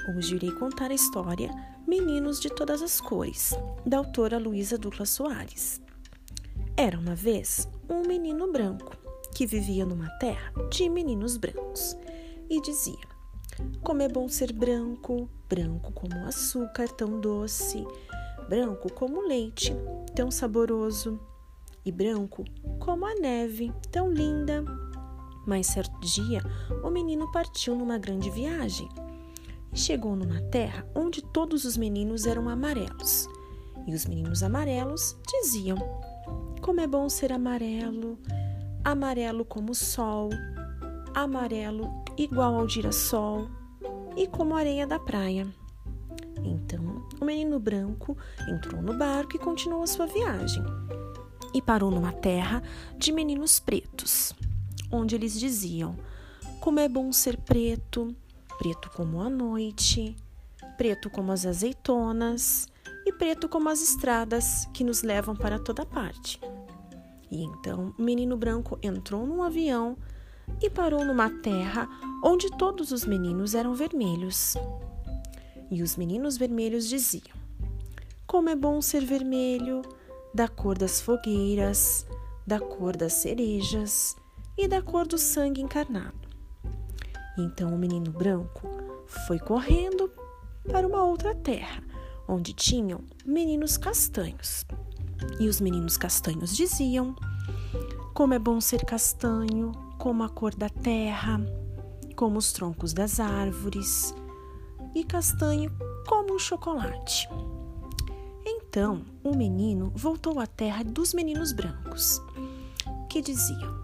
Hoje irei contar a história Meninos de Todas as Cores, da autora Luísa Douglas Soares. Era uma vez um menino branco que vivia numa terra de meninos brancos e dizia: como é bom ser branco, branco como o açúcar tão doce, branco como o leite tão saboroso e branco como a neve tão linda. Mas certo dia o menino partiu numa grande viagem e chegou numa terra onde todos os meninos eram amarelos. E os meninos amarelos diziam: como é bom ser amarelo, amarelo como o sol, amarelo igual ao girassol e como a areia da praia. Então, o menino branco entrou no barco e continuou a sua viagem. E parou numa terra de meninos pretos, onde eles diziam: como é bom ser preto, preto como a noite, preto como as azeitonas e preto como as estradas que nos levam para toda parte. E então o menino branco entrou num avião e parou numa terra onde todos os meninos eram vermelhos. E os meninos vermelhos diziam: como é bom ser vermelho, da cor das fogueiras, da cor das cerejas e da cor do sangue encarnado. Então o menino branco foi correndo para uma outra terra, onde tinham meninos castanhos. E os meninos castanhos diziam: como é bom ser castanho, como a cor da terra, como os troncos das árvores, e castanho como um chocolate. Então o menino voltou à terra dos meninos brancos, que diziam: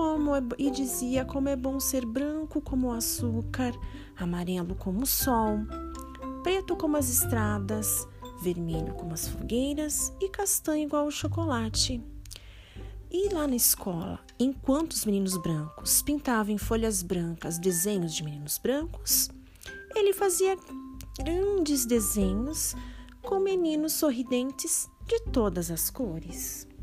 como é bom ser branco como o açúcar, amarelo como o sol, preto como as estradas, vermelho como as fogueiras e castanho igual ao chocolate. E lá na escola, enquanto os meninos brancos pintavam em folhas brancas desenhos de meninos brancos, ele fazia grandes desenhos com meninos sorridentes de todas as cores.